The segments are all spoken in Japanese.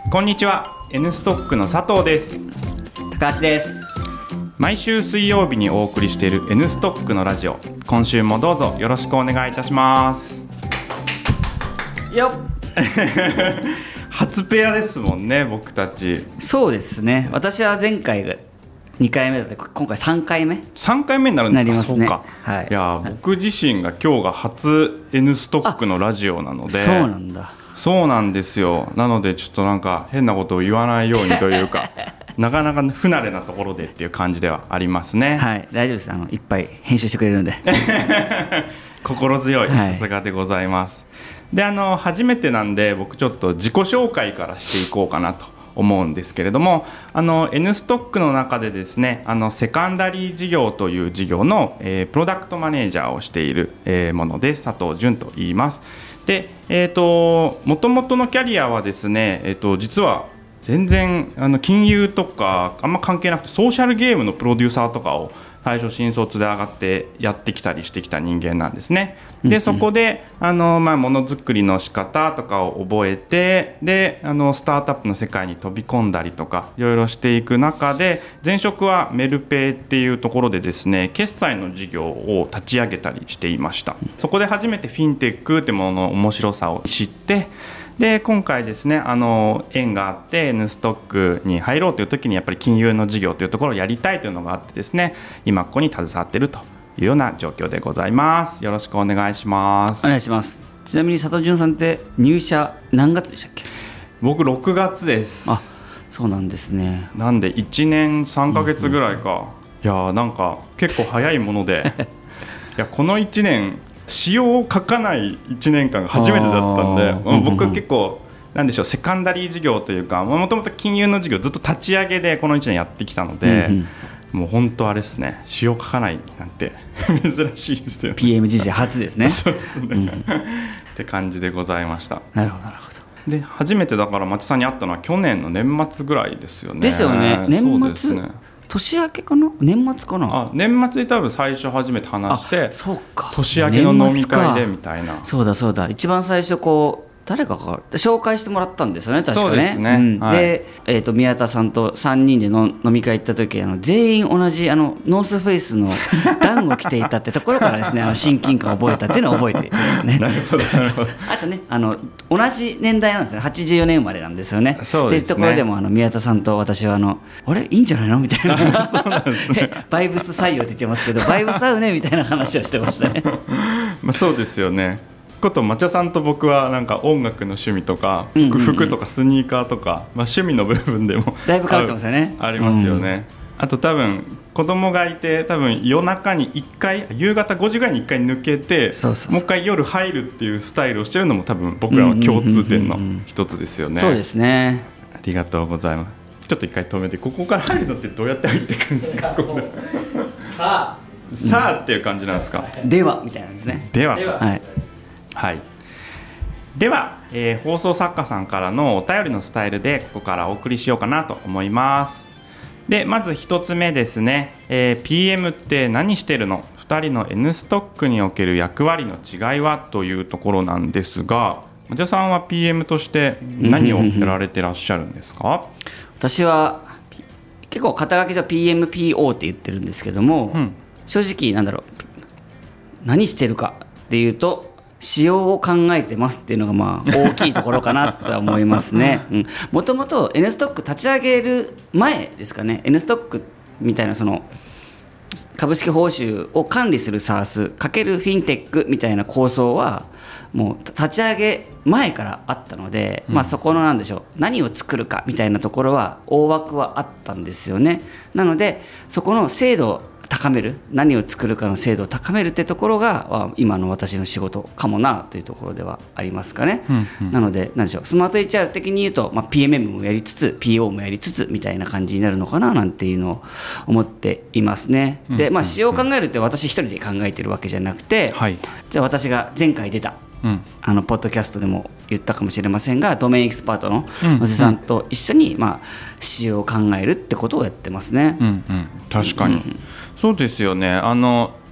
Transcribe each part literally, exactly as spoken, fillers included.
こんにちは、N ストックの佐藤です。 高橋です。 毎週水曜日にお送りしている N ストックのラジオ、今週もどうぞよろしくお願いいたします。 よっ初ペアですもんね、僕たち。 そうですね。私は前回がにかいめだって今回さんかいめさんかいめになるんですか。 なりますね。 そうか、 はい、 いや僕自身が今日が初 N ストックのラジオなので。 そうなんだ。 そうなんですよ。なのでちょっとなんか変なことを言わないようにというかなかなか不慣れなところでっていう感じではありますね。 はい、大丈夫です。あのいっぱい編集してくれるんで心強い、 はい、 さすがでございます。であの初めてなんで僕ちょっと自己紹介からしていこうかなと思うんですけれども、あの N ストックの中でですね、あのセカンダリー事業という事業の、えー、プロダクトマネージャーをしている、えー、ものです。佐藤純と言います。で、えーと、元々のキャリアはですね、えーと、実は全然あの金融とかあんま関係なくて、ソーシャルゲームのプロデューサーとかを最初新卒で上がってやってきたりしてきた人間なんですね。でそこであの、まあ、ものづくりの仕方とかを覚えて、であのスタートアップの世界に飛び込んだりとかいろいろしていく中で、前職はメルペイっていうところでですね、決済の事業を立ち上げたりしていました。そこで初めてフィンテックってものの面白さを知って、で今回ですね、あの縁があって N ストックに入ろうという時にやっぱり金融の事業というところをやりたいというのがあってですね、今ここに携わっているというような状況でございます。よろしくお願いします。 お願いします。ちなみに佐藤純さんって入社何月でしたっけ。 僕ろくがつです。 あ、そうなんですね。 なんでいちねんさんかげつぐらいか、うんうん、いやなんか結構早いものでいやこのいちねん詩を書かないいちねんかんが初めてだったんで、僕結構なんでしょう、セカンダリー事業というか、もともと金融の事業ずっと立ち上げでこのいちねんやってきたので、うんうん、もう本当あれですね、詩を書かないなんて珍しいですよね。 ピーエム 人生初ですねそうですね、うん、って感じでございました。 なるほどなるほど。 で初めてだから町さんに会ったのは去年の年末ぐらいですよね。 ですよね。年末、 そうですね、 年明けかな、年末かな。 あ、年末に多分最初初めて話して、 そうか、 年明けの飲み会でみたいな。 そうだそうだ、一番最初こう誰かが紹介してもらったんですよね、確かね。 そうですね、 うん、 はい、 で、えーと、宮田さんとさんにんでの飲み会行った時、あの全員同じあのノースフェイスのダウンを着ていたってところからですね、あの親近感を覚えたっていうのを覚えていますね。 なるほどなるほど。 あとね、あの同じ年代なんですよ、はちじゅうよねん生まれなんですよね。 そうですね。 っていうところでもあの宮田さんと私はあのあれいいんじゃないのみたいなそうなんですねバイブス採用って言ってますけど、バイブス合うねみたいな話をしてましたねまあそうですよね。こと抹茶さんと僕はなんか音楽の趣味とか、うんうんうん、服とかスニーカーとか、まあ、趣味の部分でもだいぶ変わってますよね。 ありますよね、うん、あと多分子供がいて、多分夜中にいっかい、夕方ごじぐらいにいっかい抜けて、そうそうそう、もう一回夜入るっていうスタイルをしてるのも多分僕らの共通点の一つですよね。 そうですね。 ありがとうございます。ちょっと一回止めて、ここから入るのってどうやって入っていくんですかここさあ、さあっていう感じなんですか。 ではみたいなんですね。 では、 はいはい、では、えー、放送作家さんからのお便りのスタイルでここからお送りしようかなと思います。でまず一つ目ですね、えー、ピーエム って何してるの、ふたりの N ストックにおける役割の違いはというところなんですが、町田さんは ピーエム として何をやられてらっしゃるんですか。 私は結構肩書きじゃ ピーエムピーオー って言ってるんですけども、うん、正直なんだろう、何してるかっていうと仕様を考えてますっていうのがまあ大きいところかなと思いますね。もともと N ストック立ち上げる前ですかね、 N ストックみたいなその株式報酬を管理する SaaS かけるフィンテックみたいな構想はもう立ち上げ前からあったので、うん、まあそこのなんでしょう、何を作るかみたいなところは大枠はあったんですよね。なのでそこの精度を高める、何を作るかの精度を高めるってところが今の私の仕事かもなというところではありますかね、うんうん、なので何でしょう、スマート エイチアール 的に言うと、まあ、ピーエムエム もやりつつ ピーオー もやりつつみたいな感じになるのかななんていうのを思っていますね、うんうんうん、でまあ仕様を考えるって私一人で考えてるわけじゃなくて、はい、じゃあ私が前回出た、うん、あのポッドキャストでも言ったかもしれませんが、ドメインエキスパートの野瀬さんと一緒に、まあ、仕様を考えるってことをやってますね、 うんうん、確かに、うんうん、そうですよね。あの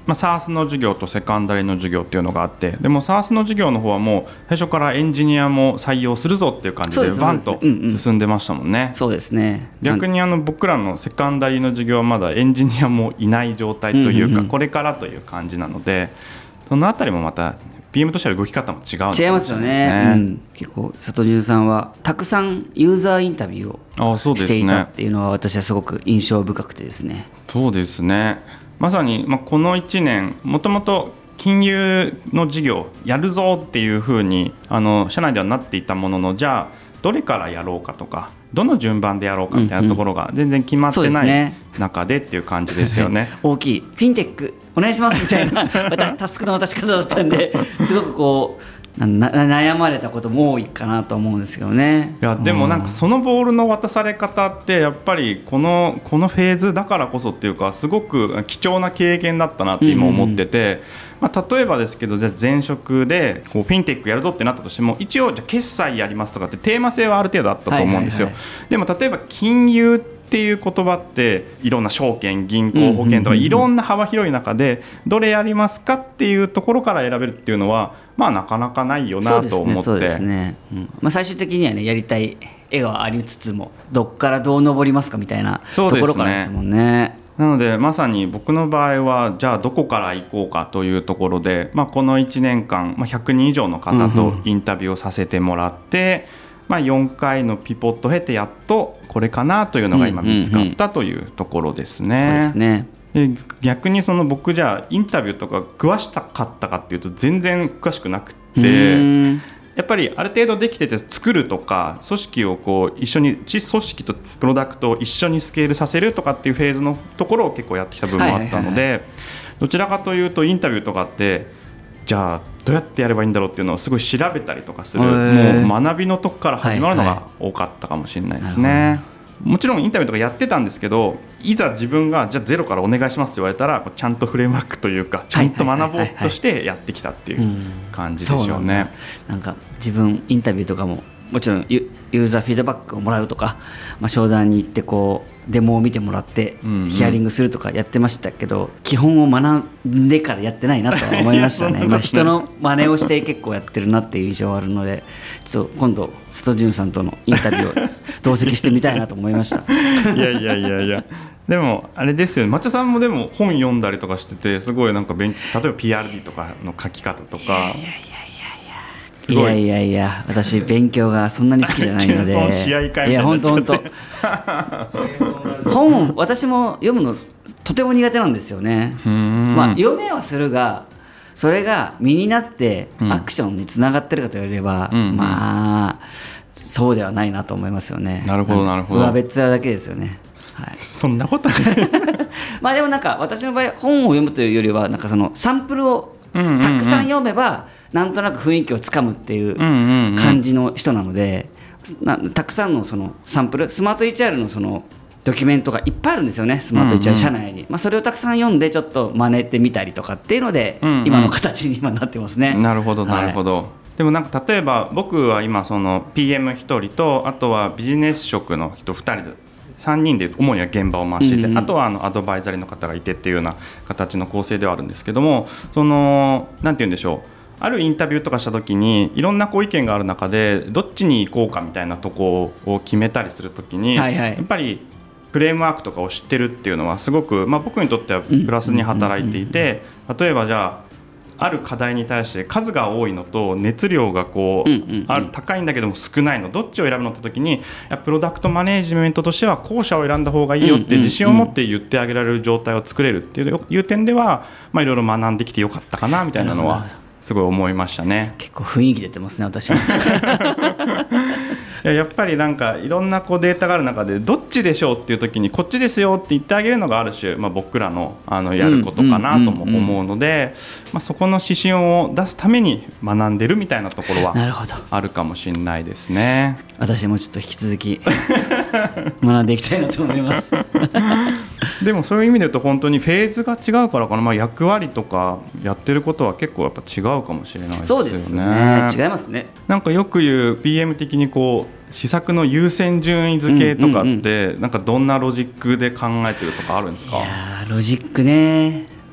まあ、SaaS の授業とセカンダリの授業っていうのがあって、でも SaaS の授業の方はもう最初からエンジニアも採用するぞっていう感じでバンと進んでましたもんね。 そうですね。 逆にあの僕らのセカンダリの授業はまだエンジニアもいない状態というか、これからという感じなので、そのあたりもまた ピーエム としては動き方も違うのかもしれないですね。 違いますよね、うん、結構里潤さんはたくさんユーザーインタビューをしていたっていうのは私はすごく印象深くてですね。 そうですね、まさに、まあ、このいちねんもともと金融の事業やるぞっていうふうにあの社内ではなっていたものの、じゃあどれからやろうかとかどの順番でやろうかみたいなところが全然決まってない中でっていう感じですよね。 大きいフィンテックお願いしますみたいなまたタスクの渡し方だったんですごくこうな悩まれたことも多いかなと思うんですけどね。 いやでもなんかそのボールの渡され方ってやっぱりこのこのフェーズだからこそっていうかすごく貴重な経験だったなって今思ってて、まあ、例えばですけどじゃあ前職でこうフィンテックやるぞってなったとしても一応じゃあ決済やりますとかってテーマ性はある程度あったと思うんですよ、はいはいはい、でも例えば金融っていう言葉っていろんな証券銀行保険とかいろんな幅広い中でどれやりますかっていうところから選べるっていうのはまあなかなかないよなと思って。 そうですね、うんまあ、最終的にはねやりたい絵がありつつもどっからどう登りますかみたいなところからですもんね。 なのでまさに僕の場合はじゃあどこから行こうかというところで、まあ、このいちねんかん、まあ、ひゃくにん以上の方とインタビューをさせてもらって、まあ、よんかいのピボットを経てやっとこれかなというのが今見つかったというところですね。 そうですね。 で逆にその僕じゃあインタビューとか詳したかったかっていうと全然詳しくなくて、やっぱりある程度できてて作るとか組織をこう一緒に組織とプロダクトを一緒にスケールさせるとかっていうフェーズのところを結構やってきた部分もあったので、どちらかというとインタビューとかってじゃあどうやってやればいいんだろうっていうのをすごい調べたりとかする、もう学びのとこから始まるのが多かったかもしれないですね。もちろんインタビューとかやってたんですけど、いざ自分がじゃあゼロからお願いしますって言われたらちゃんとフレームワークというかちゃんと学ぼうとしてやってきたっていう感じでしょうね。 なんか自分インタビューとかももちろんユーザーフィードバックをもらうとか、まあ、商談に行ってこうデモを見てもらってヒアリングするとかやってましたけど、うんうん、基本を学んでからやってないなとは思いましたね。まあ人の真似をして結構やってるなっていう印象はあるので、ちょっと今度須藤潤さんとのインタビューを同席してみたいなと思いました。 いやいやいやいや、でもあれですよね、抹茶さんもでも本読んだりとかしててすごいなんか勉例えば ピーアールディー とかの書き方とか。いやいやいやいやいやいや、私勉強がそんなに好きじゃないので試合会みたいいや本当本当本私も読むのとても苦手なんですよね。まあ読めはするがそれが身になってアクションにつながってるかと言われれば、うん、まあそうではないなと思いますよね。 なるほどなるほど。 上べっ面だけですよね。はい、 そんなことないまあでもなんか私の場合本を読むというよりはなんかそのサンプルをたくさん読めばなんとなく雰囲気をつかむっていう感じの人なので、なたくさんのそのサンプルスマート エイチアール のそのドキュメントがいっぱいあるんですよね、スマート エイチアール 社内に、まあ、それをたくさん読んでちょっと真似てみたりとかっていうので今の形に今なってますね。 なるほどなるほど、はい、でもなんか例えば僕は今その ピーエムひとりとあとはビジネス職の人ふたりでさんにんで主には現場を回していて、うんうん、あとはあのアドバイザリーの方がいてっていうような形の構成ではあるんですけども、そのなんて言うんでしょう、あるインタビューとかした時にいろんなこう意見がある中でどっちに行こうかみたいなとこを決めたりする時に、はいはい、やっぱりフレームワークとかを知ってるっていうのはすごく、まあ、僕にとってはプラスに働いていて、例えばじゃあある課題に対して数が多いのと熱量がこう、うんうんうん、ある高いんだけども少ないのどっちを選ぶのって時にプロダクトマネージメントとしては後者を選んだ方がいいよって自信を持って言ってあげられる状態を作れるっていう点では、まあ、いろいろ学んできてよかったかなみたいなのはすごい思いましたね。 結構雰囲気出てますね私は。 いや、やっぱりなんかいろんなこうデータがある中でどっちでしょうっていう時にこっちですよって言ってあげるのがある種、まあ、僕らの、あのやることかなとも思うので、まあ、そこの指針を出すために学んでるみたいなところはあるかもしれないですね。 私もちょっと引き続き学んでいきたいなと思います。 でもそういう意味で言うと本当にフェーズが違うからかな、まあ、役割とかやってることは結構やっぱ違うかもしれないですよね。 そうですね、違いますね。 なんかよく言う ピーエム 的にこう施策の優先順位付けとかって、うんうんうん、なんかどんなロジックで考えてるとかあるんですか？ いやロジックね、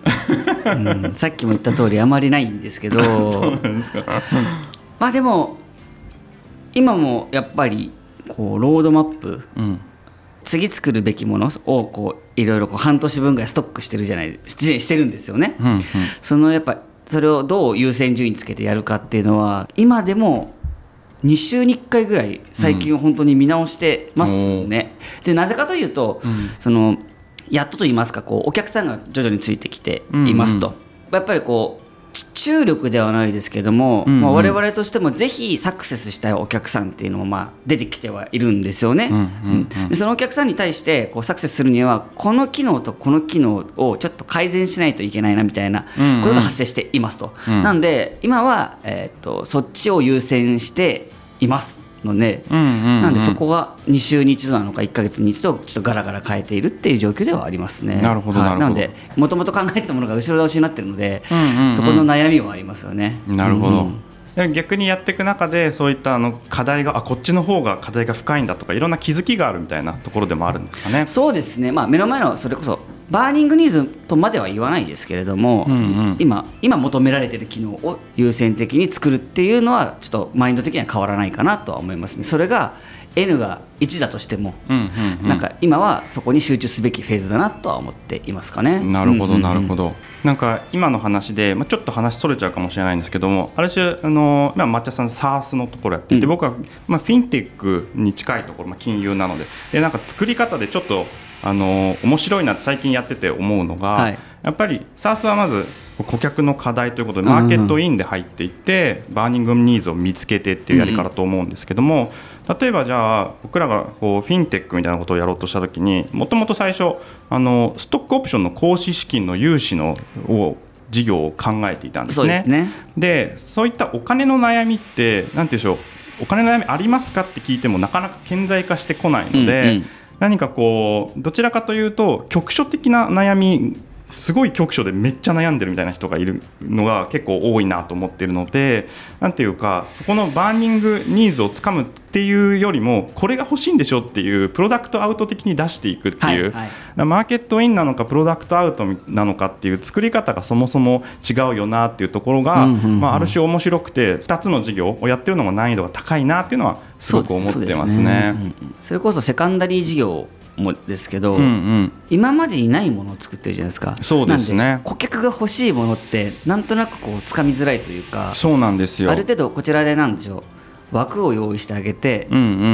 うん、さっきも言った通りあまりないんですけどそうなんですかまあでも今もやっぱりこうロードマップ、うん、次作るべきものをこういろいろこう半年分ぐらいストックしてるじゃないしてしてるんですよね、うんうん、そのやっぱそれをどう優先順位つけてやるかっていうのは今でもに週にいっかいぐらい最近は本当に見直してますね、うん、でなぜかというと、うん、そのやっとと言いますかこうお客さんが徐々についてきていますと、うんうん、やっぱりこう注力ではないですけども、うんうんまあ、我々としてもぜひサクセスしたいお客さんっていうのもまあ出てきてはいるんですよね、うんうんうん、でそのお客さんに対してこうサクセスするにはこの機能とこの機能をちょっと改善しないといけないなみたいなことが発生していますと、うんうん、なんで今は、えー、とそっちを優先していますので、うんうんうん、なんでそこがに週にいちどなのかいっかげつにいちどちょっとガラガラ変えているっていう状況ではありますね。 なるほど、はい、 なのでもともと考えてたものが後ろ倒しになっているので、うんうんうん、そこの悩みはありますよね。 なるほど、うんうん、逆にやっていく中でそういったあの課題があこっちの方が課題が深いんだとかいろんな気づきがあるみたいなところでもあるんですかね。 そうですね、まあ、目の前のそれこそバーニングニーズとまでは言わないですけれども、うんうん、今, 今求められている機能を優先的に作るっていうのはちょっとマインド的には変わらないかなとは思いますね。それが N がいちだとしても、うんうんうん、なんか今はそこに集中すべきフェーズだなとは思っていますかね。 なるほどなるほど、うんうんうん、なんか今の話で、まあ、ちょっと話それちゃうかもしれないんですけどもある種あの、まあ、抹茶さん SaaS のところやっていて、うん、僕は、まあ、フィンテックに近いところ、まあ、金融なので、でなんか作り方でちょっとあの面白いなって最近やってて思うのが、はい、やっぱり SaaS はまず顧客の課題ということでマーケットインで入っていってバーニングニーズを見つけてっていうやり方だと思うんですけども、例えばじゃあ僕らがこうフィンテックみたいなことをやろうとしたときにもともと最初あのストックオプションの行使資金の融資のを事業を考えていたんですね。そうですね。でそういったお金の悩みってなんて言うんでしょう、お金の悩みありますかって聞いてもなかなか顕在化してこないので、うんうん、何かこうどちらかというと局所的な悩みすごい局所でめっちゃ悩んでるみたいな人がいるのが結構多いなと思っているので、なんていうかそこのバーニングニーズをつかむっていうよりもこれが欲しいんでしょっていうプロダクトアウト的に出していくっていう、はいはい、マーケットインなのかプロダクトアウトなのかっていう作り方がそもそも違うよなっていうところが、うんうんうんまあ、ある種面白くてふたつの事業をやってるのが難易度が高いなっていうのはすごく思ってますね。 それこそセカンダリー事業もですけど、うんうん、今までにないものを作ってるじゃないですか。 そうですね。 なんで顧客が欲しいものってなんとなくこうつかみづらいというか、 そうなんですよ。 ある程度こちらでなんでしょう枠を用意してあげて、うんうんうん、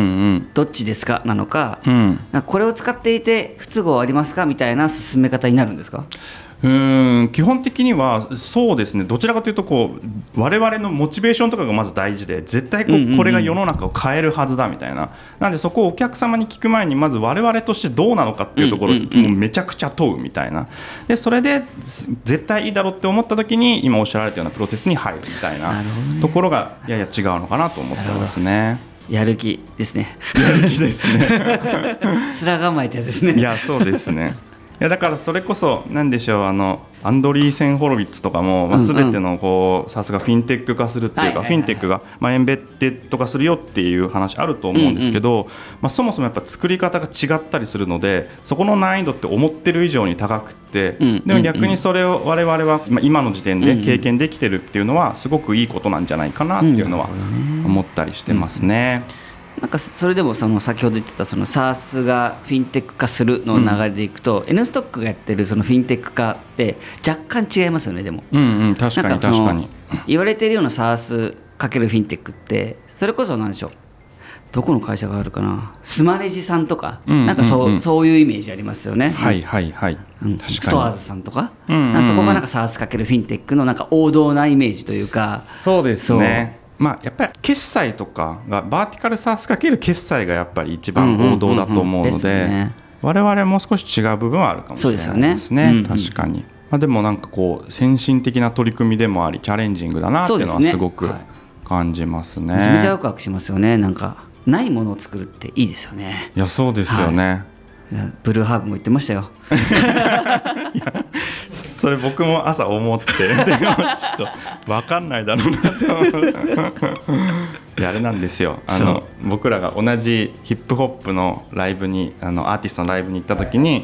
どっちですかなのか、うん、なんかこれを使っていて不都合ありますかみたいな進め方になるんですか。 うーん基本的にはそうですね。どちらかというとこう我々のモチベーションとかがまず大事で絶対こうこれが世の中を変えるはずだみたいな、なんでそこをお客様に聞く前にまず我々としてどうなのかっていうところをもうめちゃくちゃ問うみたいな、でそれで絶対いいだろうって思った時に今おっしゃられたようなプロセスに入るみたいなところがやや違うのかなと思ってますね。 やる気ですね。 やる気ですね。 面構えってやつですね。 いやそうですね。いやだからそれこそ何でしょう、あのアンドリーセン・ホロビッツとかも、まあ、全てのこうさすがフィンテック化するっていうか、フィンテックがまあエンベッデッド化するよっていう話あると思うんですけど、まあ、そもそもやっぱ作り方が違ったりするのでそこの難易度って思ってる以上に高くて、でも逆にそれを我々は今の時点で経験できてるっていうのはすごくいいことなんじゃないかなっていうのは思ったりしてますね。 なんかそれでもその先ほど言ってたその SaaS がフィンテック化するの流れでいくと、うん、N ストックがやってるそのフィンテック化って若干違いますよね。でも、 うんうん、確かに確かに言われているような SaaS かけるフィンテックってそれこそなんでしょう、どこの会社があるかな、スマレジさんとか、うんうんうん、なんかそう、そういうイメージありますよね。 はいはいはい、 うん、ストアーズさんとか、うんうんうん、なんかそこがなんか SaaS かけるフィンテックのなんか王道なイメージというか。 そうですね。まあ、やっぱり決済とかがバーティカルサースかける決済がやっぱり一番王道だと思うので、我々も少し違う部分はあるかもしれないですね。そうですよね。うんうん、確かに、まあ、でもなんかこう先進的な取り組みでもありチャレンジングだなっていうのはすごく感じますね。 めちゃめちゃワクワクしますよね。なんかないものを作るっていいですよね。 いやそうですよね、はい、 ブルーハーブも言ってましたよ。 いやそれ僕も朝思ってでもちょっと分かんないだろうなって思う。いやあれなんですよ、あの僕らが同じヒップホップのライブにあのアーティストのライブに行った時に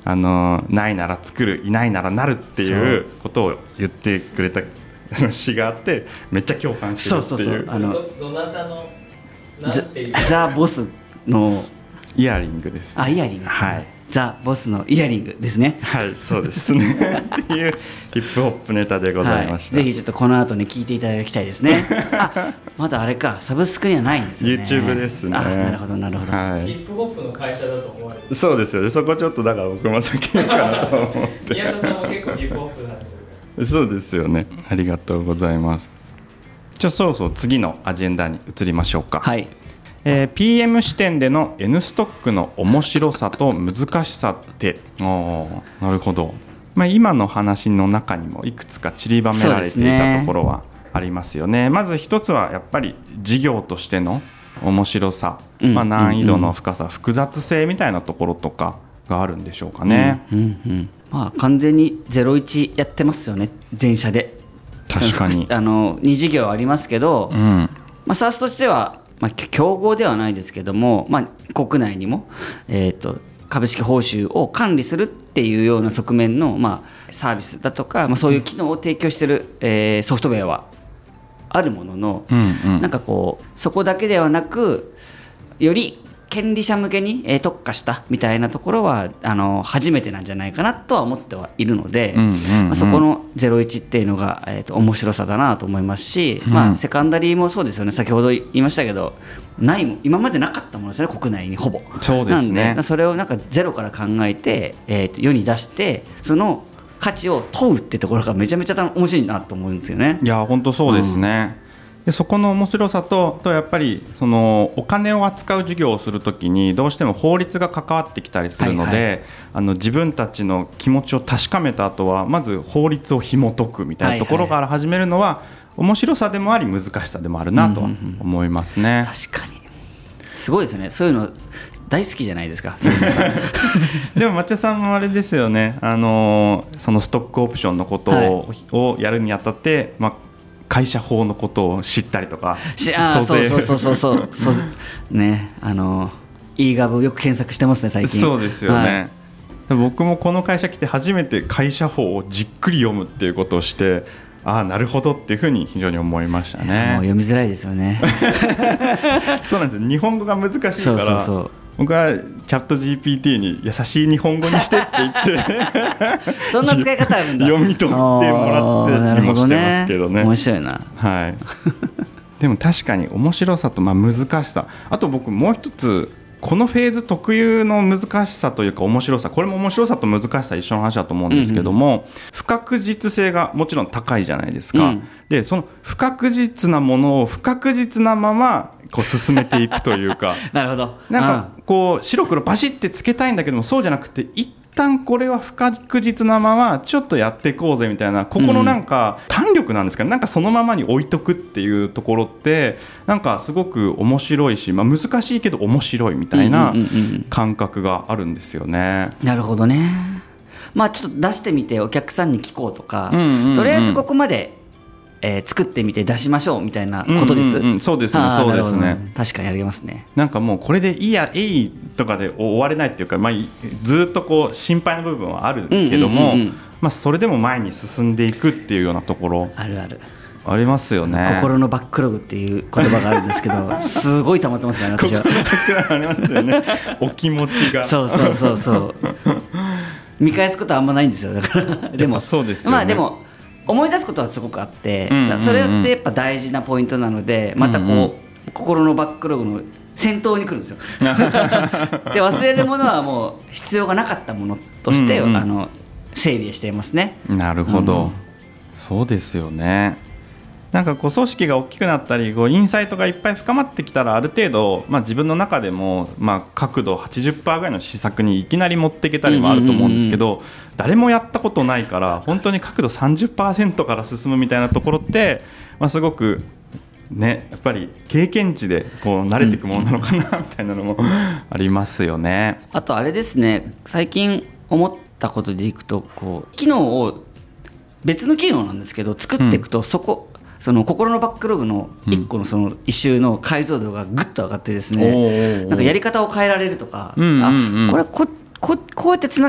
あのないなら作る、いないならなるっていうことを言ってくれた詩があって、めっちゃ共感してるっていう。 そうそうそう、あのど, どなたのなんていうザ・ボスのイヤリングですね。 あイヤリング、 はい、 ザ・ボスのイヤリングですね。 はい、そうですねっていうヒップホップネタでございました、 はい、ぜひちょっとこの後に聞いていただきたいですねあ、まだあれか、サブスクにはないんですよね。 YouTube ですね。 あ、なるほどなるほど、 はい、 ヒップホップの会社だと思われる。 そうですよね。そこちょっとだから僕も先にかなと思って宮田さんも結構ヒップホップなんですよね。 そうですよね。ありがとうございます。じゃあそろそろ次のアジェンダに移りましょうか。 はい、 えー、ピーエム 視点での N ストックの面白さと難しさって、おなるほど、まあ、今の話の中にもいくつか散りばめられていたところはありますよね。まず一つはやっぱり事業としての面白さ、 うん、 まあ、難易度の深さ、うんうん、複雑性みたいなところとかがあるんでしょうかね。 うんうんうん、まあ、完全にゼロイチやってますよね、全社で。 確かにあのに事業ありますけど、うん、まあ、サースとしては、まあ、競合ではないですけども、まあ、国内にも、えーと、株式報酬を管理するっていうような側面の、まあ、サービスだとか、まあ、そういう機能を提供している、えー、ソフトウェアはあるものの、うんうん、なんかこうそこだけではなく、より権利者向けに特化したみたいなところはあの初めてなんじゃないかなとは思ってはいるので、うんうんうん、まあ、そこのゼロイチっていうのが、えーと面白さだなと思いますし、うん、まあ、セカンダリーもそうですよね。先ほど言いましたけど、ないも今までなかったものですよね、国内にほぼ。 そうですね。 なんでそれをなんかゼロから考えて、えーと世に出して、その価値を問うってところがめちゃめちゃ面白いなと思うんですよね。 いや本当そうですね、うん、でそこの面白さと、とやっぱりそのお金を扱う事業をするときにどうしても法律が関わってきたりするので、はいはい、あの自分たちの気持ちを確かめた後はまず法律を紐解くみたいなところから始めるのは面白さでもあり難しさでもあるなと思いますね、うんうんうん、 確かにすごいですね。そういうの大好きじゃないですかでも町田さんもあれですよね、あのそのストックオプションのことを、はい、をやるにあたって、まあ会社法のことを知ったりとか、 あそうそうそうそうそうそうね、あの e ガブよく検索してますね最近。 そうですよね、はい、僕もこの会社来て初めて会社法をじっくり読むっていうことをして、ああなるほどっていうふうに非常に思いましたね。 もう読みづらいですよねそうなんですよ、日本語が難しいから。そうそうそう、僕はチャット ジーピーティー に優しい日本語にしてって言ってそんな使い方あるんだ。 読み取ってもらってりもしてますけどね。 面白いな、 はい、でも確かに面白さとまあ難しさ、あと僕もう一つこのフェーズ特有の難しさというか面白さ、これも面白さと難しさ一緒の話だと思うんですけども、うんうん、不確実性がもちろん高いじゃないですか、うん、でその不確実なものを不確実なままこう進めていくというかなるほど、 なんかこう白黒バシッてつけたいんだけども、そうじゃなくて一旦これは不確実なままちょっとやっていこうぜみたいな、ここのなんか胆力なんですかね、なんかそのままに置いとくっていうところってなんかすごく面白いし、まあ、難しいけど面白いみたいな感覚があるんですよね。 なるほどね。まあちょっと出してみてお客さんに聞こうとか、うんうんうん、とりあえずここまでえー、作ってみて出しましょうみたいなことです、 うんうんうん、そうですね、そうですね。 確かにありますね。 なんかもうこれでいいやえいとかで終われないっていうか、まあ、ずっとこう心配な部分はあるけども、うんうんうんうん、まあ、それでも前に進んでいくっていうようなところあるあるありますよね。 心のバックログっていう言葉があるんですけどすごい溜まってますからね私は。 心のバックログありますよねお気持ちがそうそうそうそう見返すことはあんまないんですよ。だからでもそうですよね。 まあでも思い出すことはすごくあって、うんうんうん、それってやっぱ大事なポイントなので、またこう、うんうん、心のバックログの先頭に来るんですよで忘れるものはもう必要がなかったものとして、うんうん、あの整理していますね。 なるほど、うん、そうですよね。なんかこう組織が大きくなったりこうインサイトがいっぱい深まってきたらある程度、まあ、自分の中でも、まあ、角度 はちじゅっパーセント ぐらいの施策にいきなり持っていけたりもあると思うんですけど、うんうんうんうん、誰もやったことないから本当に角度 さんじゅっパーセント から進むみたいなところって、まあ、すごくね、やっぱり経験値でこう慣れていくものなのかなみたいなのもありますよね。 あとあれですね、最近思ったことでいくとこう機能を別の機能なんですけど作っていくと、そこ、うん、その心のバックログのいっこのその一周の解像度がぐっと上がってですね、うん、なんかやり方を変えられるとか、うんうんうん、あこれ こ, こ, こうやってつなげ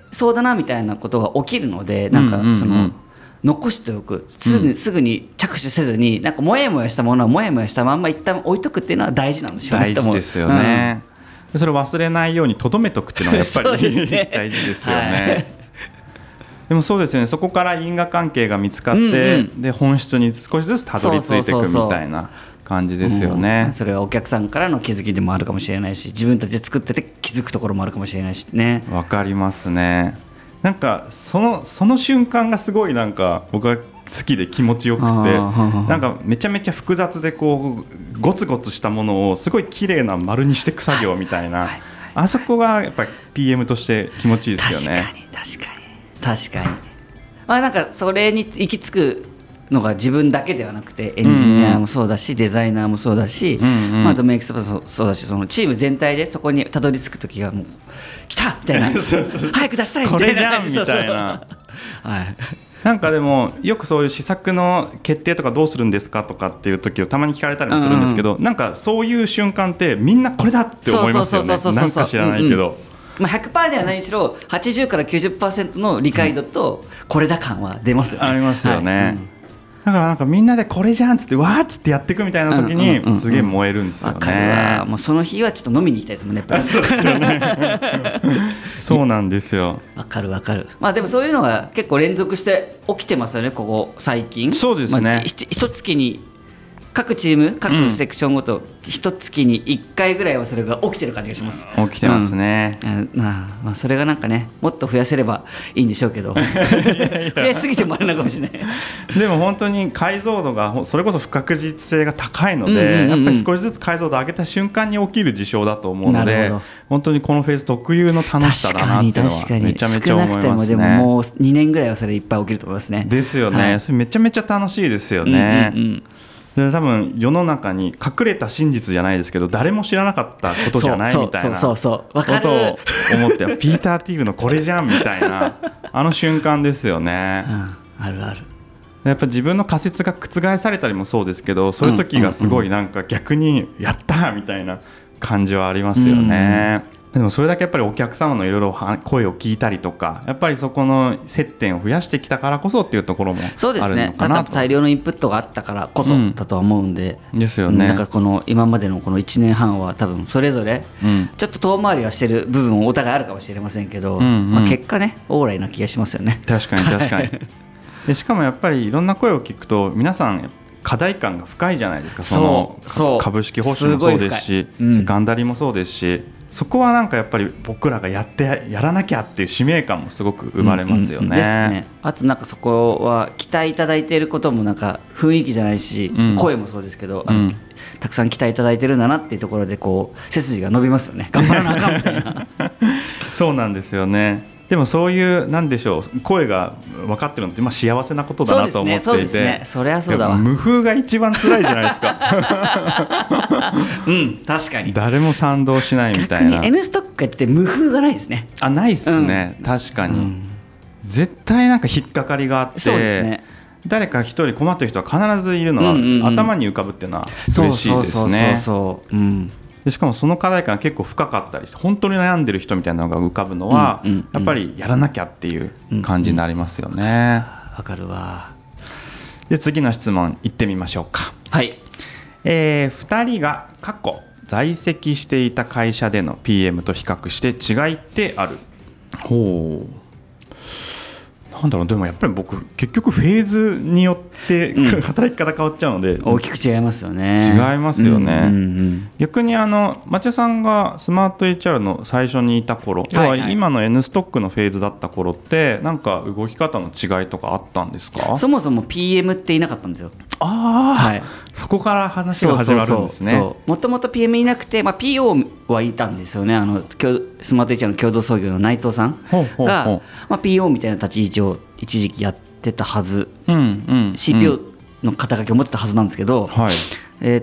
そうだなみたいなことが起きるので、なんかその、うんうんうん、残しておく、すぐに、すぐに着手せずに、なんかモヤモヤしたものはモヤモヤしたまんま一旦置いとくっていうのは大事なんでしょうね。 大事ですよね、うん、それを忘れないように留めとくっていうのはやっぱり、ね、大事ですよね、はい、でもそうですよね、そこから因果関係が見つかって、うんうん、で本質に少しずつたどり着いていくみたいな感じですよね、 うん、それはお客さんからの気づきでもあるかもしれないし、自分たちで作ってて気づくところもあるかもしれないしね。 わかりますね。なんかその、その瞬間がすごいなんか僕は好きで気持ちよくて、なんかめちゃめちゃ複雑でこうゴツゴツしたものをすごい綺麗な丸にしていく作業みたいな、はいはいはい、あそこがやっぱり ピーエム として気持ちいいですよね。 確かに確かに確かに、まあ、なんかそれに行き着くのが自分だけではなくて、エンジニアもそうだし、うんうん、デザイナーもそうだし、うんうん、まあ、ドメイクスもそうだし、そのチーム全体でそこにたどり着く時がもう来たみたいな早く出したいみたいな、 これじゃんみたいなはい、なんかでもよくそういう施策の決定とかどうするんですかとかっていう時をたまに聞かれたりもするんですけど、うんうん、なんかそういう瞬間ってみんなこれだって思いますよね。なんか知らないけど、うんうん、 まあ、ひゃくパーセント ではないにしろはちじゅうから きゅうじゅっパーセント の理解度とこれだ感は出ますよね、 ありますよね、はい、うん、だからなんかみんなでこれじゃんっつってわーっつってやっていくみたいな時にすげえ燃えるんですよね。わかるわ。 もうその日はちょっと飲みに行きたいですもんね、やっぱり。 そうですよねそうなんですよ。 わかるわかる。まあでもそういうのが結構連続して起きてますよね、ここ最近。 そうですね、まあ、 ひと月に各チーム各セクションごと一月にいっかいぐらいはそれが起きてる感じがします。 起きてますね、 うん、まあ、まあそれがなんかね、もっと増やせればいいんでしょうけど増やしすぎてもあれなのかもしれないでも本当に解像度がそれこそ不確実性が高いので、うんうんうんうん、やっぱり少しずつ解像度を上げた瞬間に起きる事象だと思うので、本当にこのフェーズ特有の楽しさだなっていうのはめちゃめちゃ思いますね。 少なくてもでももうにねんぐらいはそれいっぱい起きると思いますね。 ですよね、はい、それめちゃめちゃ楽しいですよね、うんうんうん、で多分世の中に隠れた真実じゃないですけど誰も知らなかったことじゃないみたいなことを思ってピーター・ティールのこれじゃんみたいなあの瞬間ですよね、 うん、あるある。 やっぱ自分の仮説が覆されたりもそうですけど、そういう時がすごいなんか逆にやったみたいな感じはありますよね、うんうん、でもそれだけやっぱりお客様のいろいろ声を聞いたりとか、やっぱりそこの接点を増やしてきたからこそっていうところもあるのかなと。 そうですね、大量のインプットがあったからこそだとは思うんで、 うん、ですよね。 なんかこの今までのこのいちねんはんは多分それぞれちょっと遠回りはしてる部分お互いあるかもしれませんけど、うんうん、まあ、結果ねオーライな気がしますよね。 確かに確かにでしかもやっぱりいろんな声を聞くと皆さん課題感が深いじゃないですか。そのそう株式報酬もそうですし、うん、セカンダリもそうですし、そこはなんかやっぱり僕らがやってやらなきゃっていう使命感もすごく生まれますよね、うんうん、ですね。 あとなんかそこは期待いただいていることもなんか雰囲気じゃないし、うん、声もそうですけど、うん、たくさん期待いただいてるんだなっていうところでこう背筋が伸びますよね。頑張らなあかんみたいなそうなんですよね。でもそういうなんでしょう、声が分かってるのってまあ幸せなことだなと思っていて、 そうですね、そうですね、そりゃそうだわ。 無風が一番辛いじゃないですかうん確かに誰も賛同しないみたいな。 逆に N ストックやってて無風がないですね。 あ、ないっすね、うん、確かに、うん、絶対なんか引っかかりがあって、そうですね、誰か一人困ってる人は必ずいるのは、うんうんうん、頭に浮かぶっていうのは嬉しいですね。そうそうそうそう、うん、でしかもその課題感が結構深かったりして本当に悩んでる人みたいなのが浮かぶのは、うんうんうん、やっぱりやらなきゃっていう感じになりますよね。わ、 うんうん、かるわ。 で次の質問いってみましょうか。 はい、 えー、ふたりが過去在籍していた会社での ピーエム と比較して違いってある。ほう、なんだろう。でもやっぱり僕結局フェーズによって働き方変わっちゃうので、 うん、大きく違いますよね。 違いますよね、うんうんうん、逆にあの町田さんがスマート エイチアール の最初にいた頃、はいはい、要は今の N ストックのフェーズだった頃ってなんか動き方の違いとかあったんですか？ そもそも ピーエム っていなかったんですよ。 あ、はい、そこから話が始まるんですね。 もともと ピーエム いなくて、まあ、ピーオー はいたんですよね。あのスマート エイチアール の共同創業の内藤さんが、まあ、ピーオー みたいな立ち位置を一時期やってたはず、うんうんうん、シーピーオー の肩書きを持ってたはずなんですけど、はい、えー、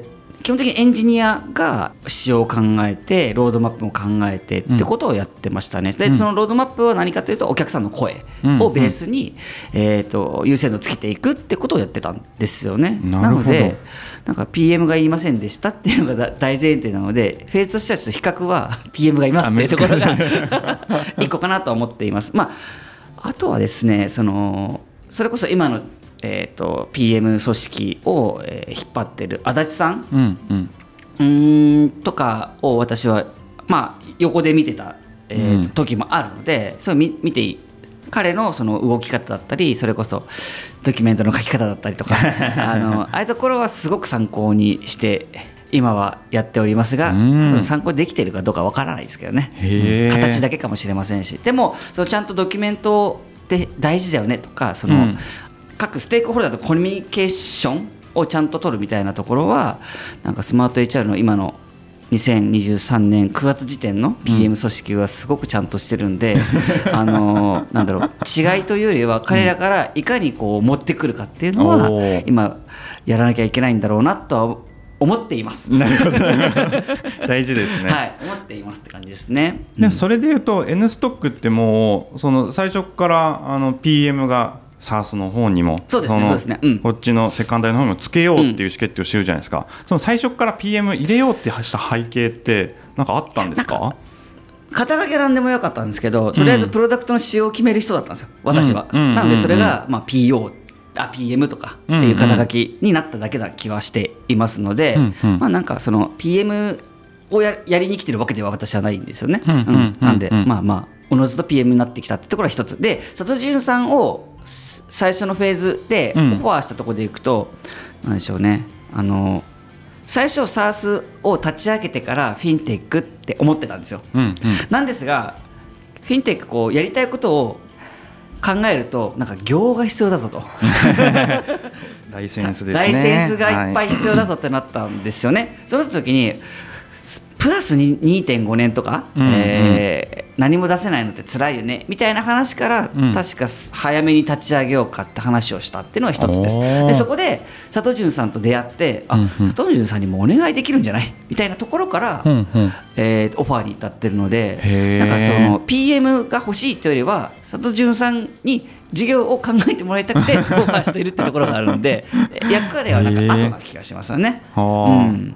基本的にエンジニアが仕様を考えてロードマップも考えてってことをやってましたね、うん、でそのロードマップは何かというとお客さんの声をベースに、うんうん、えー、と優先度をつけていくってことをやってたんですよね。なのでなんか ピーエム が言いませんでしたっていうのが大前提なのでフェーズとしてはちょっと比較は ピーエム がいますっていうところが一個かなと思っています。まあ、あとはですねそのそれこそ今のえー、と ピーエム 組織を、えー、引っ張ってる足立さん、うんうん、うーんとかを私は、まあ、横で見てた、えーうん、時もあるのでそれを 見, 見ていい彼のその動き方だったりそれこそドキュメントの書き方だったりとかあのああいうところはすごく参考にして今はやっておりますが、うん、多分参考にできているかどうかわからないですけどね、うん、形だけかもしれませんしでもそのちゃんとドキュメントって大事だよねとかその、うん各ステークホルダーとコミュニケーションをちゃんと取るみたいなところはなんかスマート エイチアール の今のにせんにじゅうさんねんくがつ時点の ピーエム 組織はすごくちゃんとしてるんで、うん、あのなんだろう違いというよりは彼らからいかにこう持ってくるかっていうのは今やらなきゃいけないんだろうなとは思っています。 なるほど大事ですね。 はい思っていますって感じですね。 でもそれでいうと N ストックってもうその最初からあの ピーエム がSaaS の方にもそうですねそうですね、うん、 こっちのセカンダリの方にもつけようっていう意思決定をしてるじゃないですか、うん、その最初から ピーエム 入れようってした背景って何かあったんですか？ 肩書きは何でもよかったんですけどとりあえずプロダクトの仕様を決める人だったんですよ私は、うん、なのでそれが、まあ、ピーオー あ ピーエム とかっていう肩書きになっただけな気はしていますので、うんうん、まあなんかその ピーエム を や, やりに来てるわけでは私はないんですよね、うんうんうんうん、なんでまあまあおのずと ピーエム になってきたってところは一つで佐藤潤さんを最初のフェーズでオファーしたところでいくと、うん、なんでしょうねあの最初 SaaS を立ち上げてからフィンテックって思ってたんですよ、うんうん、なんですがフィンテックこうやりたいことを考えるとなんか業が必要だぞとライセンスですねライセンスがいっぱい必要だぞってなったんですよね、はい、そうなった時にプラス にてんごねんとか、うんうんえー、何も出せないのって辛いよねみたいな話から、うん、確か早めに立ち上げようかって話をしたっていうのが一つです。でそこで佐藤潤さんと出会って、うんうん、あ佐藤潤さんにもお願いできるんじゃないみたいなところから、うんうんえー、オファーに至ってるのでなんかその ピーエム が欲しいというよりは佐藤潤さんに事業を考えてもらいたくてオファーしているってところがあるので役割はなんか後な気がしますよね。うん、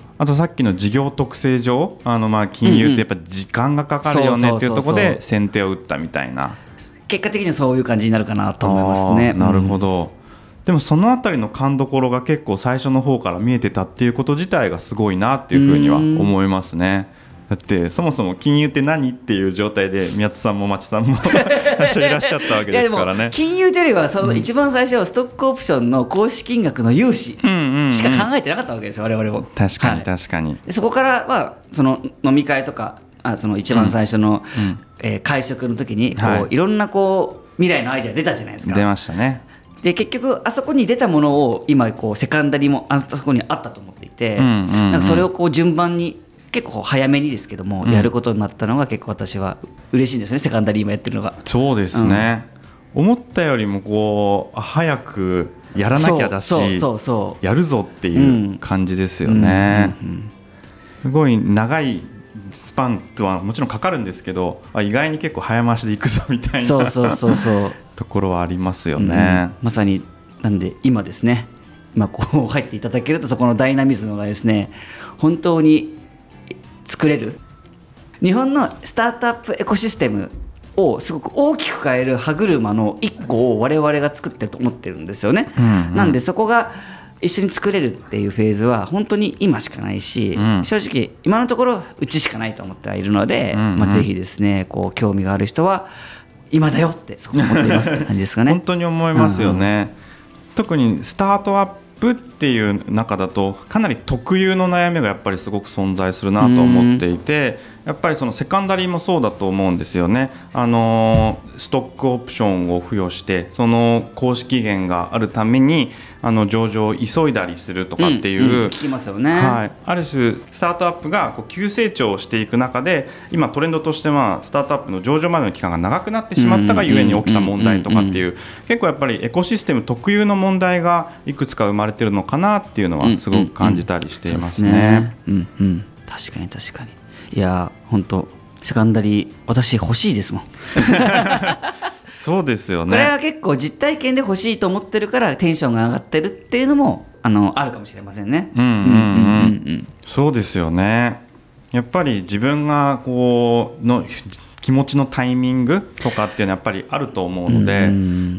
あとさっきの事業特性上あのまあ金融ってやっぱ時間がかかるよねっていうところで先手を打ったみたいな結果的にはそういう感じになるかなと思いますね。 なるほど、うん、でもそのあたりの勘どころが結構最初の方から見えてたっていうこと自体がすごいなっていうふうには思いますね。だってそもそも金融って何っていう状態で宮津さんも町さんも最初いらっしゃったわけですからね。いやでも金融というよりはその一番最初はストックオプションの公式金額の融資しか考えてなかったわけですよ我々も。 確かに確かに、はい、 でそこからはその飲み会とかあその一番最初の、うんうんえー、会食の時にこう、はい、いろんなこう未来のアイデア出たじゃないですか。 出ましたね。 で結局あそこに出たものを今こうセカンダリもあそこにあったと思っていて、うんうんうん、なんかそれをこう順番に結構早めにですけども、うん、やることになったのが結構私は嬉しいんですねセカンダリー今やってるのが。 そうですね、うん、思ったよりもこう早くやらなきゃだしそうそうそうやるぞっていう感じですよね、うんうんうん、すごい長いスパンとはもちろんかかるんですけど意外に結構早回しでいくぞみたいなそうそうそうそうところはありますよね、うん、 まさになんで今ですね今こう入っていただけるとそこのダイナミズムがですね本当に作れる日本のスタートアップエコシステムをすごく大きく変える歯車の一個を我々が作ってると思ってるんですよね、うんうん、なんでそこが一緒に作れるっていうフェーズは本当に今しかないし、うん、正直今のところうちしかないと思ってはいるので、うんうんまあ、ぜひですねこう興味がある人は今だよってそこ思っていますって感じですかね本当に思いますよね、うんうん、特にスタートアップっていう中だとかなり特有の悩みがやっぱりすごく存在するなと思っていてやっぱりそのセカンダリーもそうだと思うんですよね。あのストックオプションを付与してその公式期限があるためにあの上場を急いだりするとかっていう、うんうん、 聞きますよね、 はい、ある種スタートアップがこう急成長していく中で今トレンドとしてまあスタートアップの上場までの期間が長くなってしまったがゆえに起きた問題とかっていう結構やっぱりエコシステム特有の問題がいくつか生まれれてるのかなっていうのはすごく感じたりしていますね。 うんうん、確かに確かに。いや本当セカンダリー私欲しいですもんそうですよね。 これは結構実体験で欲しいと思ってるからテンションが上がってるっていうのもあのあるかもしれませんね。 うんうんうん、うん、そうですよね。やっぱり自分がこうの気持ちのタイミングとかっていうのはやっぱりあると思うので、うん、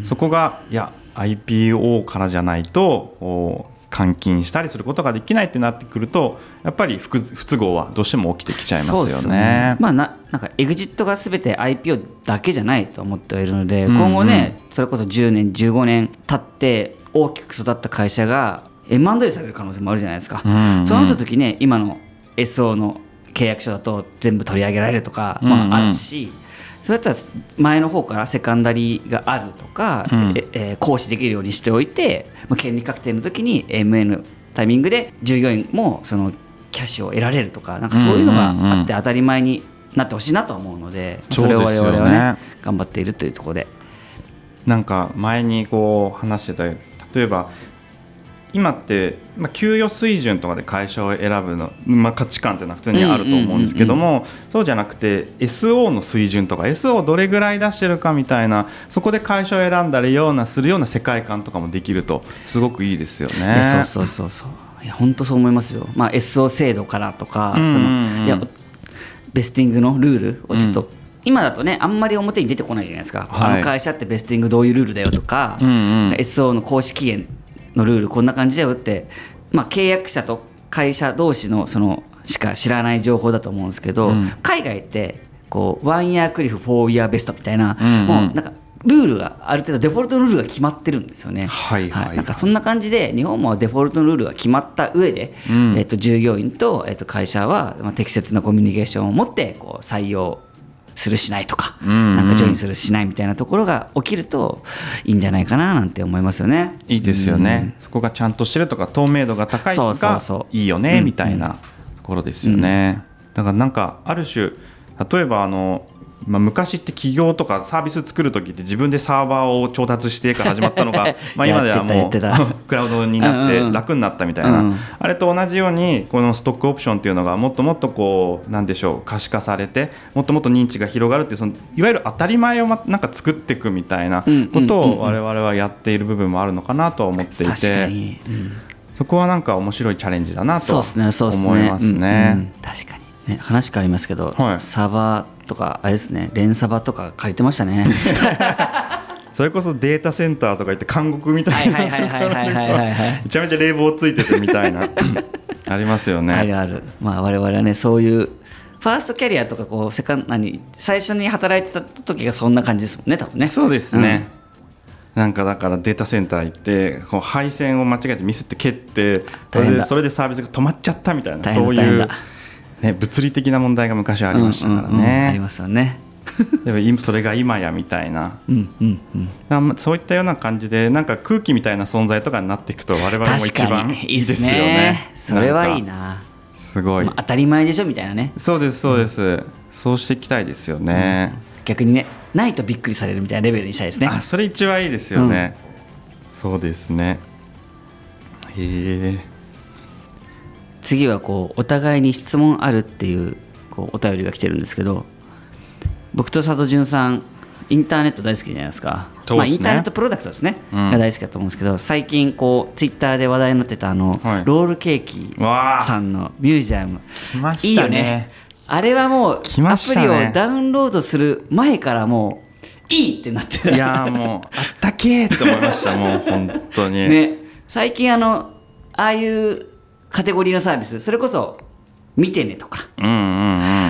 そこがいや アイピーオー からじゃないと換金したりすることができないってなってくるとやっぱり 不, 不都合はどうしても起きてきちゃいますよね。そうですよね。 まあ、な, なんかエグジットが全て アイピーオー だけじゃないと思っているので、うんうん、今後ねそれこそじゅうねんじゅうごねん経って大きく育った会社が エムアンドエー される可能性もあるじゃないですか、うんうん、そうなった時ね今の エスオー の契約書だと全部取り上げられるとか、まあ、あるし、うんうん、そうやったら前の方からセカンダリーがあるとか、うん、ええー、行使できるようにしておいて、まあ、権利確定の時に エムエヌ のタイミングで従業員もそのキャッシュを得られるとか、なんかそういうのがあって当たり前になってほしいなと思うので、それを我々はね頑張っているというところで、 なんか前にこう話してた例えば今って、まあ、給与水準とかで会社を選ぶの、まあ、価値観っていうのは普通にあると思うんですけども、そうじゃなくて エスオー の水準とか エスオー どれぐらい出してるかみたいな、そこで会社を選んだりようなするような世界観とかもできるとすごくいいですよね。 いやそうそうそうそう、いや本当そう思いますよ。まあ、エスオー 制度からとか、うんうんうん、そのいやベスティングのルールをちょっと、うん、今だとねあんまり表に出てこないじゃないですか、はい、あの会社ってベスティングどういうルールだよとか、うんうん、エスオー の公式期限のルールこんな感じだよって、まあ、契約者と会社同士のそのしか知らない情報だと思うんですけど、うん、海外ってこうワンイヤークリフフォーイヤーベストみたいな、うんうん、もうなんかルールがある程度デフォルトのルールが決まってるんですよね。 はいはいはい、 なんかそんな感じで日本もデフォルトのルールが決まった上で、うん、えー、と従業員と、えー、と会社は適切なコミュニケーションを持ってこう採用するしないとか、うんうん、なんかジョインするしないみたいなところが起きるといいんじゃないかななんて思いますよね。 いいですよね、うん、そこがちゃんとしてるとか透明度が高いとかいいよねみたいなところですよね、うんうん、だからなんかある種例えばあのまあ、昔って企業とかサービス作るときって自分でサーバーを調達してから始まったのがまあ今ではもうクラウドになって楽になったみたいな、うんうん、あれと同じようにこのストックオプションっていうのがもっともっとこうなんでしょう可視化されてもっともっと認知が広がるっていうそのいわゆる当たり前をなんか作っていくみたいなことを我々はやっている部分もあるのかなとは思っていて、確かに、うん、そこはなんか面白いチャレンジだなと思いますね。 確かにね、話変わりますけど、はい、サーバーとかあれですね、連サバとか借りてましたねそれこそデータセンターとか言って監獄みたいなめちゃめちゃ冷房ついててみたいなありますよね。 あるある、まあ、我々はねそういうファーストキャリアとかこうセカン何最初に働いてた時がそんな感じですもんね多分ね。 そうですね、うん、なんかだからデータセンター行ってこう配線を間違えてミスって蹴ってそれで、それでサービスが止まっちゃったみたいな、そういうね、物理的な問題が昔ありましたからね、うんうんうん、 ありますよねでもそれが今やみたいな、うんうんうん、そういったような感じでなんか空気みたいな存在とかになっていくと我々も一番いいですよね。 それはいいな、 すごい、 まあ、当たり前でしょみたいなね。 そうですそうです、うん、そうしていきたいですよね、 うん、逆にねないとびっくりされるみたいなレベルにしたいですね。 あ、それ一番いいですよね、うん、そうですね。へえ。 次はこうお互いに質問あるっていうこうお便りが来てるんですけど、僕と佐藤潤さんインターネット大好きじゃないですか。 そうですね、 まあ、インターネットプロダクトですね、うん、が大好きだと思うんですけど、最近こうツイッターで話題になってたあの、はい、ロールケーキさんのミュージアム、 来ましたね。 いいよね。あれはもうアプリをダウンロードする前からもういいってなってた。 いやもうあったけーって思いましたもう本当にね。最近あのああいうカテゴリーのサービス、それこそ見てねとか、うんうんうん、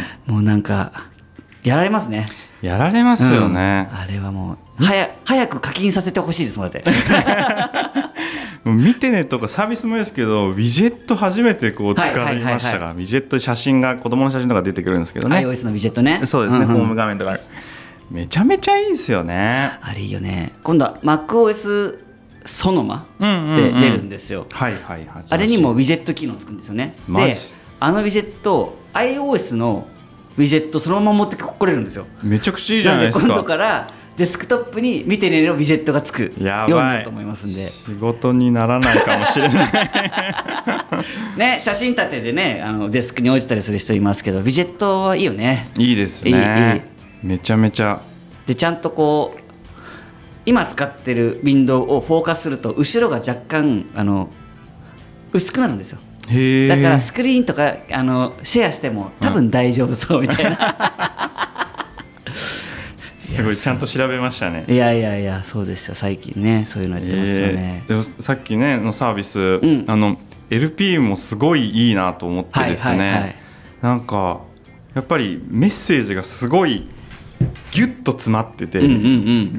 もうなんかやられますね。 やられますよね、 うん、あれはもう早早く課金させてほしいですもんだってもう見てねとかサービスもですけどウィジェット初めてこう使いましたが、ウィジェット写真が子供の写真とか出てくるんですけどね、 iOS のウィジェットね。 そうですね、うんうん、ホーム画面とかめちゃめちゃいいですよね。 あれいいよね。今度は MacOS ソノマで出るんですよ、うんうんうん、はいはいはい、あれにもウィジェット機能つくんですよね。であのウィジェット iOS のウィジェットそのまま持ってこれるんですよ。 めちゃくちゃいいじゃないですか。 なので今度からデスクトップに見てねのウィジェットがつくようにやばいなると思いますんで、 仕事にならないかもしれないね、写真立てでねあのデスクに置いてたりする人いますけど、ウィジェットはいいよね。 いいですね。 いいいいめちゃめちゃでちゃんとこう今使ってるウィンドウをフォーカスすると後ろが若干あの薄くなるんですよ。 へえ。 だからスクリーンとかあのシェアしても多分大丈夫そうみたいな、 すごいちゃんと調べましたね。 いやいやいやそうですよ、最近ねそういうのやってますよね。 えーでもさっきねのサービス、 んあの エルピー もすごいいいなと思ってですね、 はいはいはい、 なんかやっぱりメッセージがすごいギュッと詰まってて、 うんうんうん、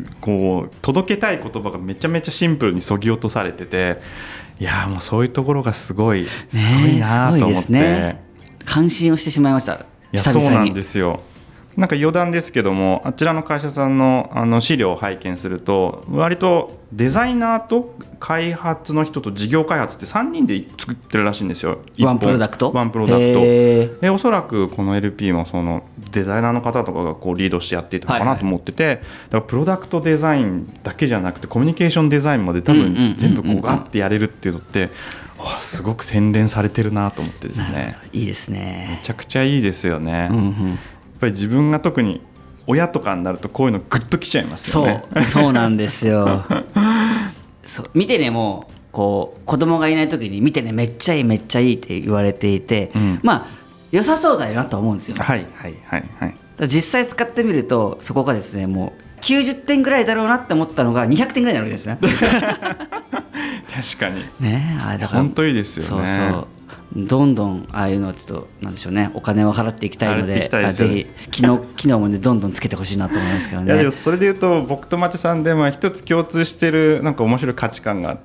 こう届けたい言葉がめちゃめちゃシンプルにそぎ落とされてて、いやもうそういうところがすごいすごいなと思って、ね、すごいですね。 感心をしてしまいました。 いやそうなんですよ。なんか余談ですけども、あちらの会社さん の, あの資料を拝見すると、割とデザイナーと開発の人と事業開発ってさんにんで作ってるらしいんですよ。 ワンプロダクトワンプロダクトで、おそらくこの エルピー もそのデザイナーの方とかがこうリードしてやっていたのかなと思ってて、はいはい、だからプロダクトデザインだけじゃなくてコミュニケーションデザインまで多分全部こうガッてやれるっていうのって、あすごく洗練されてるなと思ってですね。 いいですね。 めちゃくちゃいいですよね、 うんうん、 やっぱり自分が特に親とかになるとこういうのグッときちゃいますよね。 そうそうなんですよそう見てねもこう子供がいない時に見てねめっちゃいいめっちゃいいって言われていて、うん、まあ良さそうだよなと思うんですよ。 はいはいはいはい。 実際使ってみるとそこがですねもうきゅうじゅってんぐらいだろうなって思ったのがにひゃくてんぐらいになるわけですね確かにね、あれだから本当いいですよね。 そうそうどんどんああいうのはちょっとなんでしょうね、お金を払っていきたいの で, でぜひ機能機能もねどんどんつけてほしいなと思いますけどね。 いやでもそれでいうと僕と町さんでまあ一つ共通してるなんか面白い価値観があって、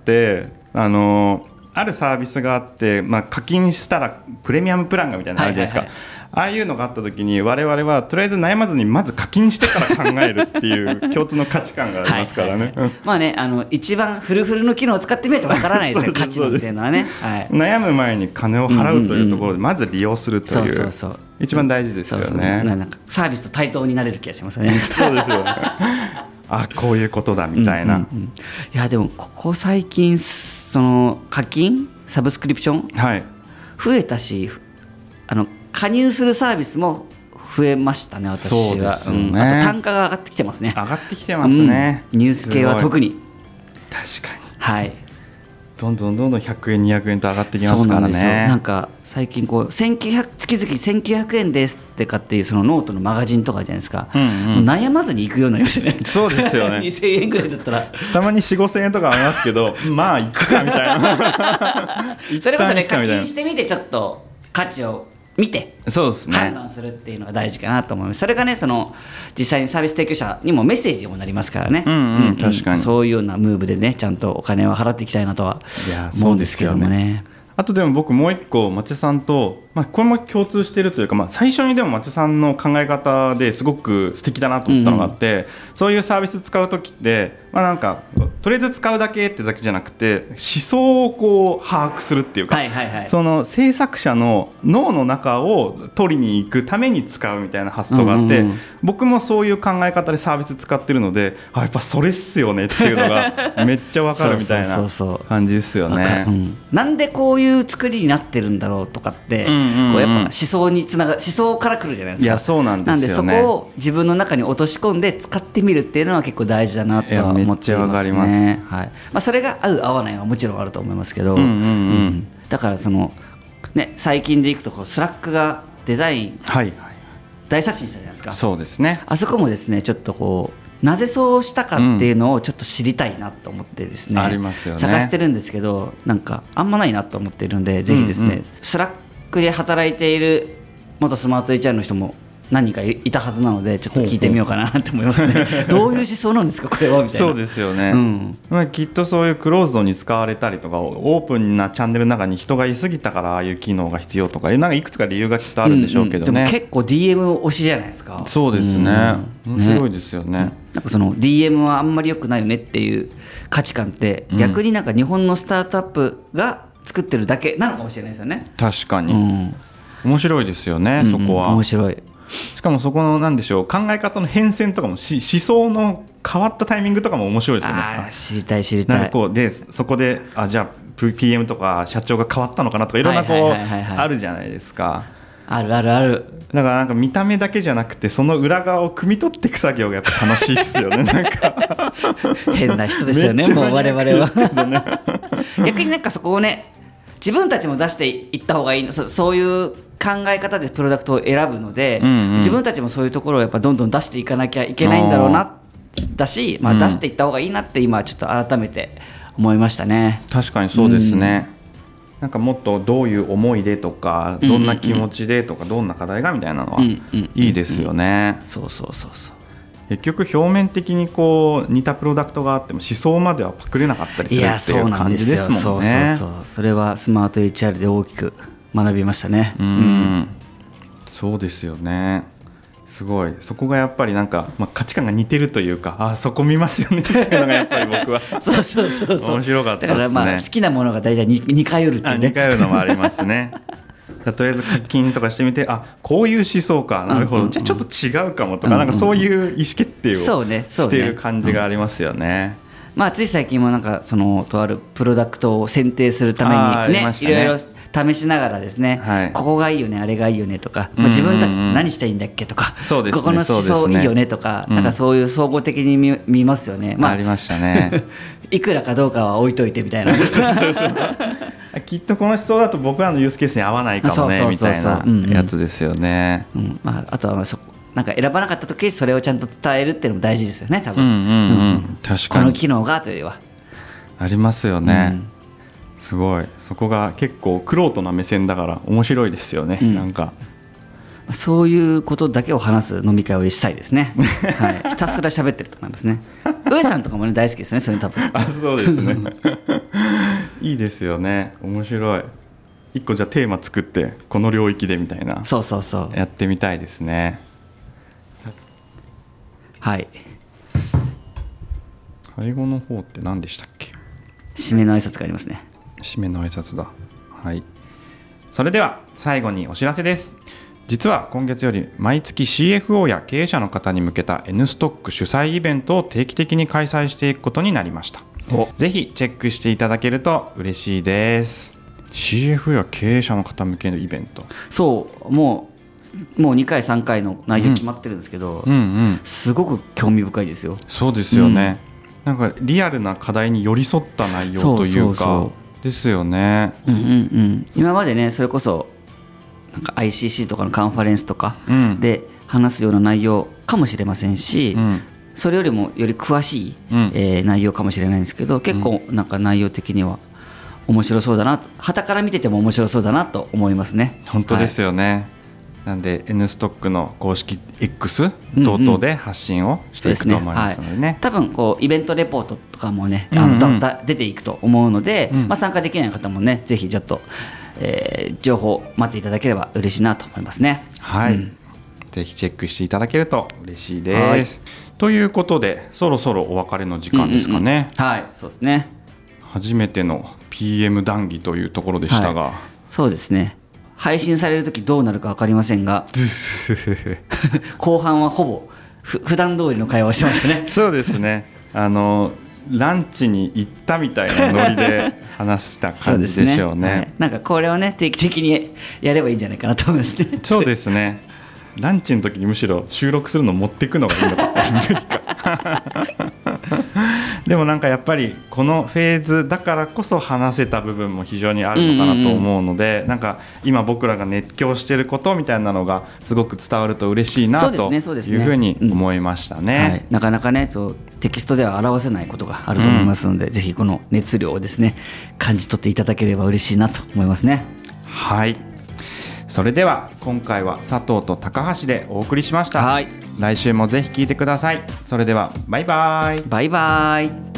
あのあるサービスがあって、まあ、課金したらプレミアムプランがみたいなのあるじゃないですか、はいはいはい、ああいうのがあった時に我々はとりあえず悩まずにまず課金してから考えるっていう共通の価値観がありますからね。はいはいはい、まあねあの一番フルフルの機能を使ってみないとわからないですよ価値のっていうのはね、はい、悩む前に金を払うというところでまず利用するという、そうそうそう一番大事ですよね。そうそうなんかサービスと対等になれる気がしますよねそうですよねあこういうことだみたいな、うんうんうん、 いやでもここ最近その課金サブスクリプション、はい、増えたしあの加入するサービスも増えましたね私は。 そうですね、 うん、あと単価が上がってきてますね。 上がってきてますね、 うん、ニュース系は特に確かに、 はい、 どんどんどんどんひゃくえんにひゃくえんと上がってきますからね。そうなんですよ。 なんか最近こうせんきゅうひゃく月々せんきゅうひゃくえんですってかっていうそのノートのマガジンとかじゃないですか、うんうん、もう悩まずに行くようになりましたね。 そうですよねにせんえんぐらいだったらたまに よん、ごせんえんとかありますけどまあ行くかみたいなそれこそね課金してみてちょっと価値を見てそうですね判断するっていうのが大事かなと思います。それがねその実際にサービス提供者にもメッセージにもなりますからね、うんうんうん、確かにそういうようなムーブでねちゃんとお金を払っていきたいなとは思うんですけどもね。 あとでも僕もう一個町さんと、まあ、これも共通しているというか、まあ、最初にでも町さんの考え方ですごく素敵だなと思ったのがあって、うんうん、そういうサービス使うときって、まあ、なんかとりあえず使うだけってだけじゃなくて思想をこう把握するっていうか、はいはいはい、その制作者の脳の中を取りに行くために使うみたいな発想があって、うんうんうん、僕もそういう考え方でサービス使ってるのであやっぱそれっすよねっていうのがめっちゃ分かるみたいな感じですよね。 うん、なんでこういういう作りになってるんだろうとかって、うんうんうん、こうやっぱ思想につなが思想から来るじゃないですか。 いやそうなんですよね。 なんでそこを自分の中に落とし込んで使ってみるっていうのは結構大事だなとは思っていますね。はい、まあ、それが合う合わないはもちろんあると思いますけど、うんうんうんうん、だからその、ね、最近でいくとこうスラックがデザイン大刷新したじゃないですか。 そうですね。 あそこもですねちょっとこうなぜそうしたかっていうのをちょっと知りたいなと思ってですね、 うん、ありますよね。 探してるんですけどなんかあんまないなと思っているんで、ぜひですね、うんうん、スラックで働いている元スマート エイチアール の人も何人かいたはずなのでちょっと聞いてみようかなと思いますね。どういう思想なんですかこれはみたいな。 そうですよね、うん、まあ、きっとそういうクローズドに使われたりとかオープンなチャンネルの中に人がいすぎたからああいう機能が必要とか、なんかいくつか理由がきっとあるんでしょうけどね、うんうん、 でも結構 ディーエム 推しじゃないですか。 そうですね、うん、面白いですよね。 ね、なんかその ディーエム はあんまり良くないよねっていう価値観って逆になんか日本のスタートアップが作ってるだけなのかもしれないですよね。 確かに、うん、面白いですよね、うんうん、そこは面白い。 しかもそこのなんでしょう、考え方の変遷とかもし思想の変わったタイミングとかも面白いですよね。 あ知りたい知りたい。 なんかこうでそこであじゃあ ピーエム とか社長が変わったのかなとかいろんなこう、はいはいはいはい、あるじゃないですか。 あるあるある。 だからなんか見た目だけじゃなくてその裏側を汲み取っていく作業がやっぱ楽しいっすよね。なんか変な人ですよねもう我々は、ね、逆になんかそこをね自分たちも出していった方がいい そ, そういう考え方でプロダクトを選ぶので、うんうん、自分たちもそういうところをやっぱどんどん出していかなきゃいけないんだろうなだし、まあ、出していった方がいいなって今ちょっと改めて思いましたね。 確かにそうですね、うん、なんかもっとどういう思いでとかどんな気持ちでとかどんな課題がみたいなのはいいですよね。 そうそうそうそう。 結局表面的にこう似たプロダクトがあっても思想まではパクれなかったりするっていう感じですもんね。 いやそうなんですよ。そうそうそう。それはスマート エイチアール で大きく学びましたね。 うん、うん、そうですよね。すごいそこがやっぱりなんか、まあ、価値観が似てるというかあそこ見ますよねっていうのがやっぱり僕はそうそうそうそう面白かったですね。 だからまあ好きなものが大体似通るっていうね。 似通るのもありますね。とりあえず課金とかしてみてあこういう思想かなるほど、うんうんうん、じゃあちょっと違うかもとか、うんうん、なんかそういう意思決定をしている感じがありますよね。 まあ、つい最近もなんかそのとあるプロダクトを選定するために ね, ねいろいろ試しながらですね、はい、ここがいいよねあれがいいよねとか、まあ、自分たち何したいんだっけとか、うんうんうん、ここの思想いいよねとか、ね、なんかそういう総合的に 見, 見ますよね、 まあ、ありましたね。 いくらかどうかは置いといてみたいな。そうそうそうきっとこの思想だと僕らのユースケースに合わないかもねみたいなやつですよね。 うんうんまあ、あとはそなんか選ばなかった時それをちゃんと伝えるっていうのも大事ですよね多分、うんうんうん、確かにこの機能がというよりはありますよね、うん、すごいそこが結構玄人な目線だから面白いですよね、うん、なんかそういうことだけを話す飲み会をしたいですね、はい、ひたすら喋ってると思いますね。上さんとかもね大好きですねそういうの多分。 あそうですね。いいですよね面白い。一個じゃあテーマ作ってこの領域でみたいなそうそうそうやってみたいですね。 はい最後の方って何でしたっけ。 締めの挨拶がありますね。 締めの挨拶だ。はい。それでは最後にお知らせです。実は今月より毎月 シーエフオー や経営者の方に向けた N ストック主催イベントを定期的に開催していくことになりました。ぜひチェックしていただけると嬉しいです。 シーエフオー や経営者の方向けのイベント。 そうもうもうにかいさんかいの内容決まってるんですけど、うんうんうん、すごく興味深いですよ。 そうですよね、うん、なんかリアルな課題に寄り添った内容というかそうそうそうですよね、 うんうんうん、今までねそれこそなんか アイシーシー とかのカンファレンスとかで話すような内容かもしれませんし、うん、それよりもより詳しい、うんえー、内容かもしれないんですけど結構なんか内容的には面白そうだなと傍から見てても面白そうだなと思いますね。 本当ですよね、はいなんで N ストックの公式 X 等々で発信をしていくと思いますのでね、うんうんはい、 多分こうイベントレポートとかもね、うんうん、あのだだ出ていくと思うので、うんまあ、参加できない方もねぜひちょっと、えー、情報待っていただければ嬉しいなと思いますね。 はい、うん、ぜひチェックしていただけると嬉しいです。ということでそろそろお別れの時間ですかね、 うんうんうん、はいそうですね。 初めての ピーエム 談義というところでしたが、はい、 そうですね配信されるときどうなるか分かりませんが後半はほぼふ普段通りの会話をしてましたね。 そうですねあのランチに行ったみたいなノリで話した感じでしょうね。そうですね、はい、 なんかこれをね定期的にやればいいんじゃないかなと思いますね。 そうですねランチの時にむしろ収録するのを持っていくのがいいのか無理かでもなんかやっぱりこのフェーズだからこそ話せた部分も非常にあるのかなと思うので、うんうんうん、なんか今僕らが熱狂してることみたいなのがすごく伝わると嬉しいなというふうに思いましたね。 はい、なかなかねそうテキストでは表せないことがあると思いますので、うん、ぜひこの熱量をですね感じ取っていただければ嬉しいなと思いますね。 はいそれでは今回は佐藤と高橋でお送りしました。はい来週もぜひ聞いてください。それではバイバイ。 バイバイ。